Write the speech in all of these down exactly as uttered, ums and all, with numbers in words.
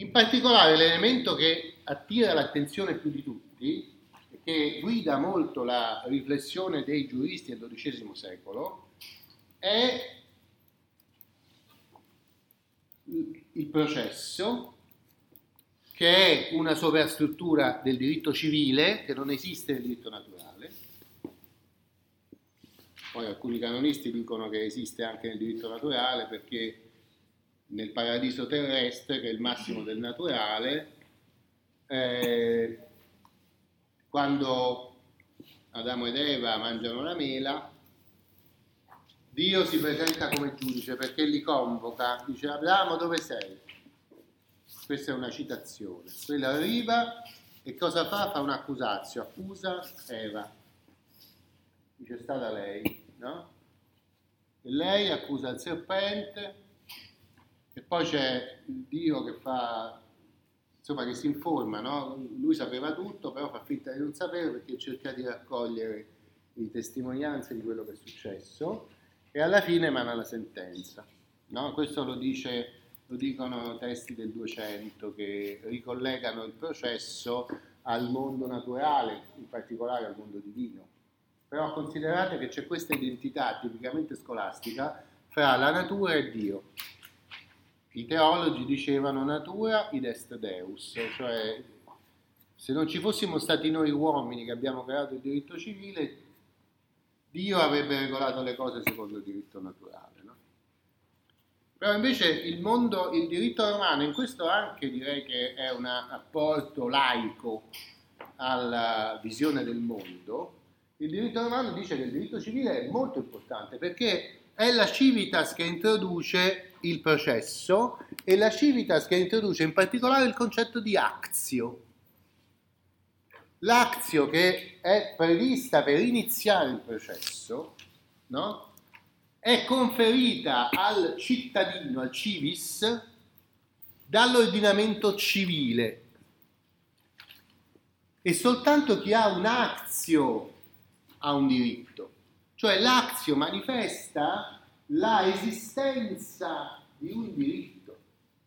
In particolare l'elemento che attira l'attenzione più di tutti e che guida molto la riflessione dei giuristi del dodicesimo secolo è il processo, che è una sovrastruttura del diritto civile che non esiste nel diritto naturale. Poi alcuni canonisti dicono che esiste anche nel diritto naturale perché nel paradiso terrestre, che è il massimo del naturale, eh, quando Adamo ed Eva mangiano la mela, Dio si presenta come giudice perché li convoca, dice: Adamo, dove sei? Questa è una citazione. Quello arriva e cosa fa? Fa un'accusazio, accusa Eva, dice: è stata lei, no? E lei accusa il serpente. E poi c'è il Dio che fa, insomma, che si informa, no? Lui sapeva tutto, però fa finta di non sapere perché cerca di raccogliere le testimonianze di quello che è successo e alla fine emana la sentenza, no? Questo lo dice, lo dicono testi del duecento che ricollegano il processo al mondo naturale, in particolare al mondo divino. Però considerate che c'è questa identità tipicamente scolastica fra la natura e Dio. I teologi dicevano natura id est Deus, cioè se non ci fossimo stati noi uomini che abbiamo creato il diritto civile, Dio avrebbe regolato le cose secondo il diritto naturale, no? Però invece il mondo, il diritto romano, in questo anche direi che è un apporto laico alla visione del mondo. Il diritto romano dice che il diritto civile è molto importante perché è la civitas che introduce il processo e la civitas che introduce in particolare il concetto di actio. L'actio che è prevista per iniziare il processo, no? È conferita al cittadino, al civis, dall'ordinamento civile. E soltanto chi ha un actio ha un diritto. Cioè l'actio manifesta la esistenza di un diritto,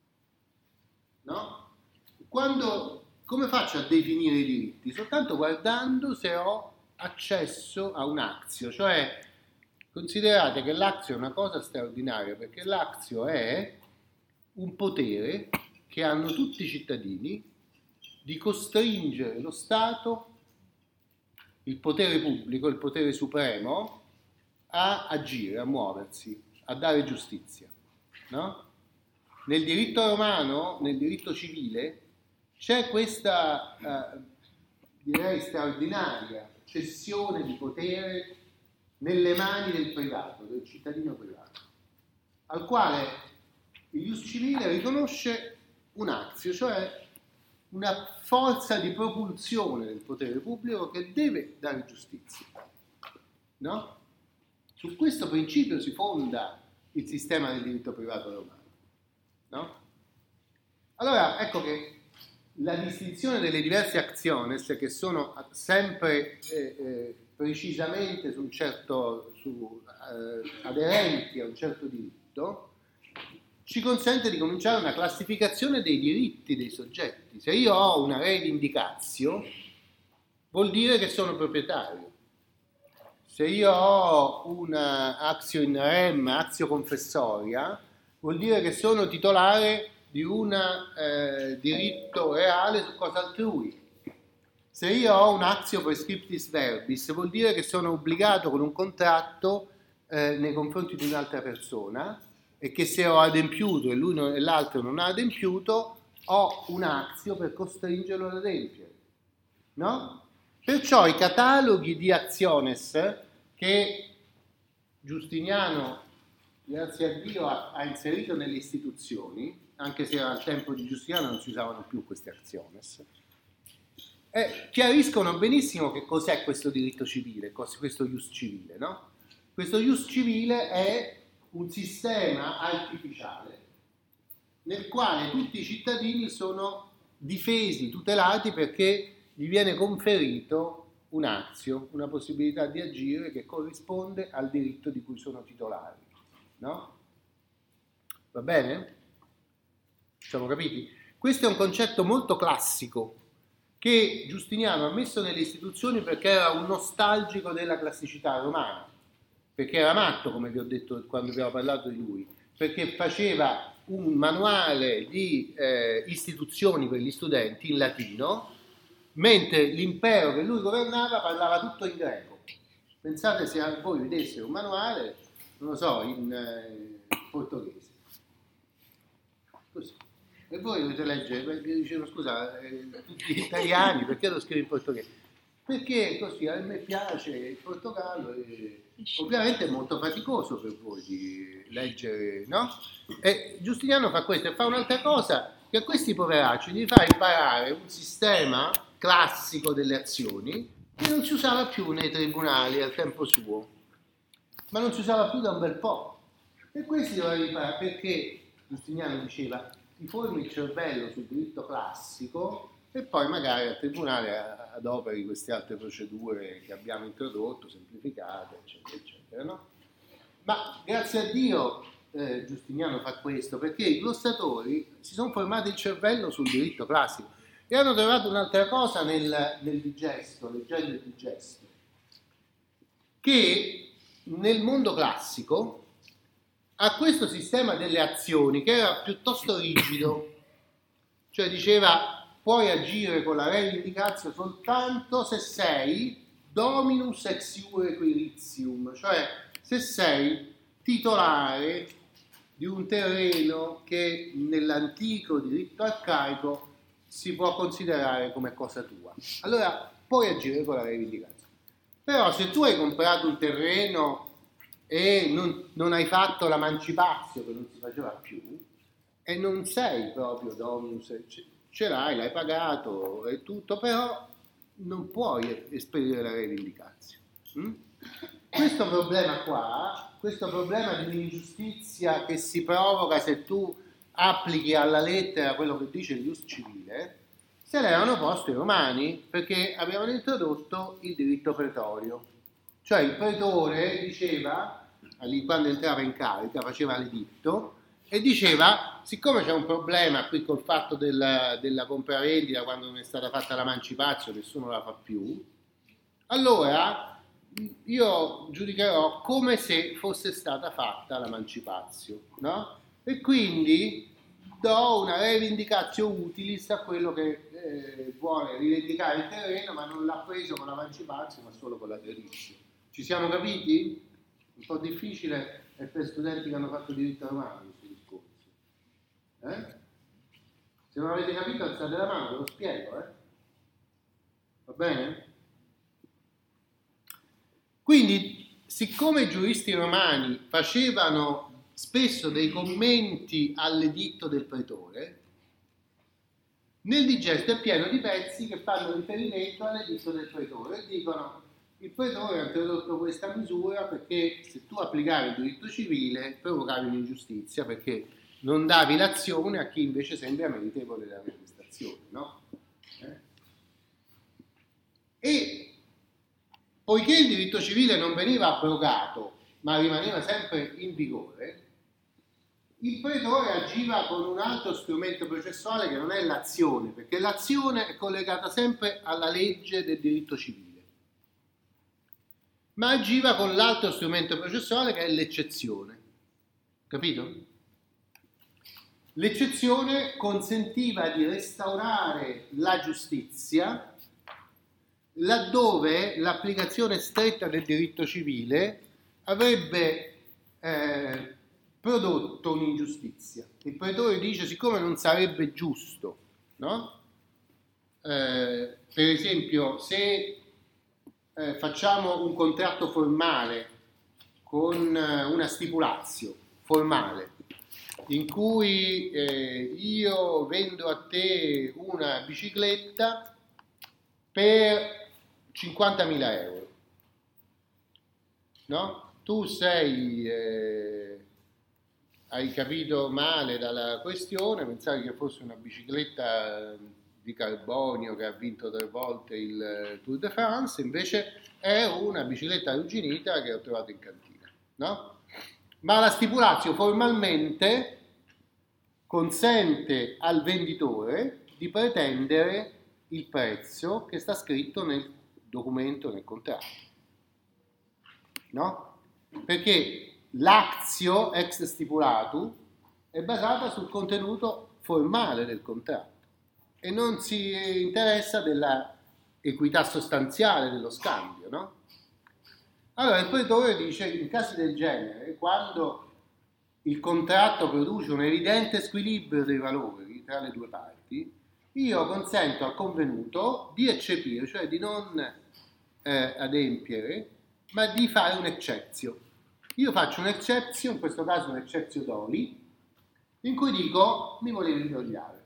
no? Quando, come faccio a definire i diritti? Soltanto guardando se ho accesso a un actio, cioè considerate che l'actio è una cosa straordinaria perché l'actio è un potere che hanno tutti i cittadini di costringere lo Stato, il potere pubblico, il potere supremo, a agire, a muoversi, a dare giustizia, no? Nel diritto romano, nel diritto civile, c'è questa, eh, direi, straordinaria cessione di potere nelle mani del privato, del cittadino privato, al quale il ius civile riconosce un azio, cioè una forza di propulsione del potere pubblico che deve dare giustizia, no? Su questo principio si fonda il sistema del diritto privato romano, no? Allora, ecco che la distinzione delle diverse actiones, che sono sempre eh, eh, precisamente su un certo, su, eh, aderenti a un certo diritto, ci consente di cominciare una classificazione dei diritti dei soggetti. Se io ho una reivindicatio, vuol dire che sono proprietario. Se io ho una actio in rem, actio confessoria, vuol dire che sono titolare di un eh, diritto reale su cosa altrui. Se io ho un actio prescriptis verbis, vuol dire che sono obbligato con un contratto eh, nei confronti di un'altra persona e che se ho adempiuto e l'uno e l'altro non ha adempiuto, ho un actio per costringerlo ad adempiere, no? Perciò i cataloghi di actiones che Giustiniano, grazie a Dio, ha, ha inserito nelle istituzioni, anche se al tempo di Giustiniano non si usavano più queste actiones, eh, chiariscono benissimo che cos'è questo diritto civile, questo ius civile, no? Questo ius civile è un sistema artificiale nel quale tutti i cittadini sono difesi, tutelati perché gli viene conferito un azio, una possibilità di agire che corrisponde al diritto di cui sono titolari, no? Va bene? Ci siamo capiti? Questo è un concetto molto classico che Giustiniano ha messo nelle istituzioni perché era un nostalgico della classicità romana, perché era matto, come vi ho detto quando abbiamo parlato di lui, perché faceva un manuale di eh, istituzioni per gli studenti in latino, mentre l'impero che lui governava parlava tutto in greco. Pensate se a voi vedesse un manuale, non lo so, in eh, portoghese. Così. E voi dovete leggere, perché dicevo scusa, eh, tutti gli italiani, perché lo scrivo in portoghese? Perché così a me piace il Portogallo e ovviamente è molto faticoso per voi di leggere, no? E Giustiniano fa questo e fa un'altra cosa, che a questi poveracci gli fa imparare un sistema classico delle azioni che non si usava più nei tribunali al tempo suo, ma non si usava più da un bel po'. E questi dovevano imparare perché Giustiniano diceva ti formi il cervello sul diritto classico e poi magari al tribunale adoperi queste altre procedure che abbiamo introdotto, semplificate, eccetera, eccetera, no? Ma grazie a Dio eh, Giustiniano fa questo, perché i glossatori si sono formati il cervello sul diritto classico e hanno trovato un'altra cosa nel, nel digesto, leggendo il digesto, che nel mondo classico a questo sistema delle azioni che era piuttosto rigido, cioè diceva puoi agire con la reivindicatio soltanto se sei dominus ex iure equiritium, cioè se sei titolare di un terreno che nell'antico diritto arcaico si può considerare come cosa tua. Allora puoi agire con la reivindicatio. Però se tu hai comprato un terreno e non, non hai fatto la mancipazio che non si faceva più e non sei proprio dominus, ce l'hai, l'hai pagato e tutto, però non puoi esperire la reivindicatio. Mm? Questo problema qua, questo problema di un'ingiustizia che si provoca se tu applichi alla lettera quello che dice il ius civile, se l'erano posto i romani perché avevano introdotto il diritto pretorio. Cioè il pretore diceva, quando entrava in carica, faceva l'editto e diceva, siccome c'è un problema qui col fatto della, della compravendita quando non è stata fatta la mancipazio, nessuno la fa più, allora io giudicherò come se fosse stata fatta la mancipazio, no? E quindi do una reivindicatio utilis a quello che eh, vuole rivendicare il terreno ma non l'ha preso con la mancipazio ma solo con la tradizio. Ci siamo capiti? Un po' difficile è per studenti che hanno fatto diritto romano questo discorso. Eh? Se non avete capito alzate la mano, ve lo spiego. Eh? Va bene? Quindi, siccome i giuristi romani facevano spesso dei commenti all'editto del pretore, nel digesto è pieno di pezzi che fanno riferimento all'editto del pretore e dicono il pretore ha introdotto questa misura perché se tu applicavi il diritto civile provocavi un'ingiustizia perché non davi l'azione a chi invece sembra meritevole della prestazione, no? Eh? E poiché il diritto civile non veniva abrogato ma rimaneva sempre in vigore, il pretore agiva con un altro strumento processuale che non è l'azione, perché l'azione è collegata sempre alla legge del diritto civile, ma agiva con l'altro strumento processuale che è l'eccezione. Capito? L'eccezione consentiva di restaurare la giustizia laddove l'applicazione stretta del diritto civile avrebbe eh, prodotto un'ingiustizia. Il pretore dice siccome non sarebbe giusto, no? Eh, per esempio se eh, facciamo un contratto formale con eh, una stipulazio formale in cui eh, io vendo a te una bicicletta per cinquantamila euro, no? Tu sei eh, hai capito male dalla questione, pensavi che fosse una bicicletta di carbonio che ha vinto tre volte il Tour de France, invece è una bicicletta arrugginita che ho trovato in cantina, no? Ma la stipulazio formalmente consente al venditore di pretendere il prezzo che sta scritto nel documento, nel contratto, no? Perché l'actio ex stipulato è basata sul contenuto formale del contratto e non si interessa della equità sostanziale dello scambio, no? Allora il pretore dice che in casi del genere, quando il contratto produce un evidente squilibrio dei valori tra le due parti, io consento al convenuto di eccepire, cioè di non eh, adempiere, ma di fare un exceptio. Io faccio un exceptio, in questo caso un exceptio doli, in cui dico mi volevi imbrogliare,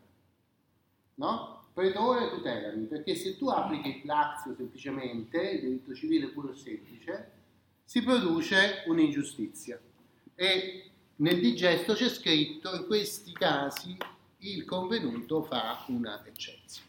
no? Pretore, tutelami, perché se tu applichi l'azio semplicemente, il diritto civile puro e semplice, si produce un'ingiustizia. E nel digesto c'è scritto in questi casi il convenuto fa una eccezione.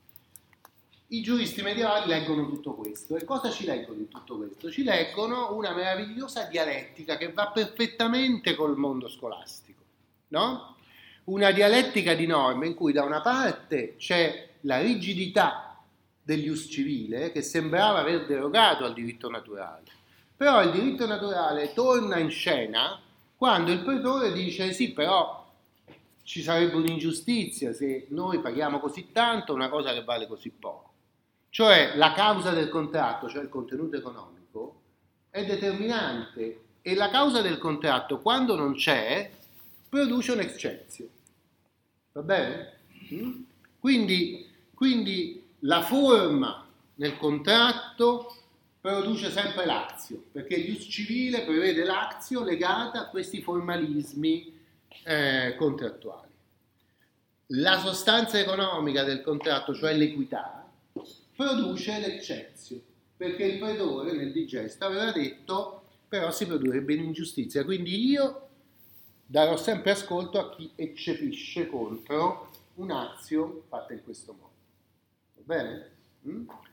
I giuristi medievali leggono tutto questo. E cosa ci leggono in tutto questo? Ci leggono una meravigliosa dialettica che va perfettamente col mondo scolastico, no? Una dialettica di norme in cui da una parte c'è la rigidità dell'ius civile che sembrava aver derogato al diritto naturale, però il diritto naturale torna in scena quando il pretore dice sì, però ci sarebbe un'ingiustizia se noi paghiamo così tanto una cosa che vale così poco. Cioè la causa del contratto, cioè il contenuto economico, è determinante e la causa del contratto, quando non c'è, produce un exceptio. Va bene? Mm? Quindi, quindi la forma nel contratto produce sempre l'azio, perché il ius civile prevede l'azio legata a questi formalismi eh, contrattuali. La sostanza economica del contratto, cioè l'equità, produce l'exceptio, perché il pretore nel digesto aveva detto però si produrrebbe un'ingiustizia, quindi io darò sempre ascolto a chi eccepisce contro un'azio fatta in questo modo. Va bene? Mm?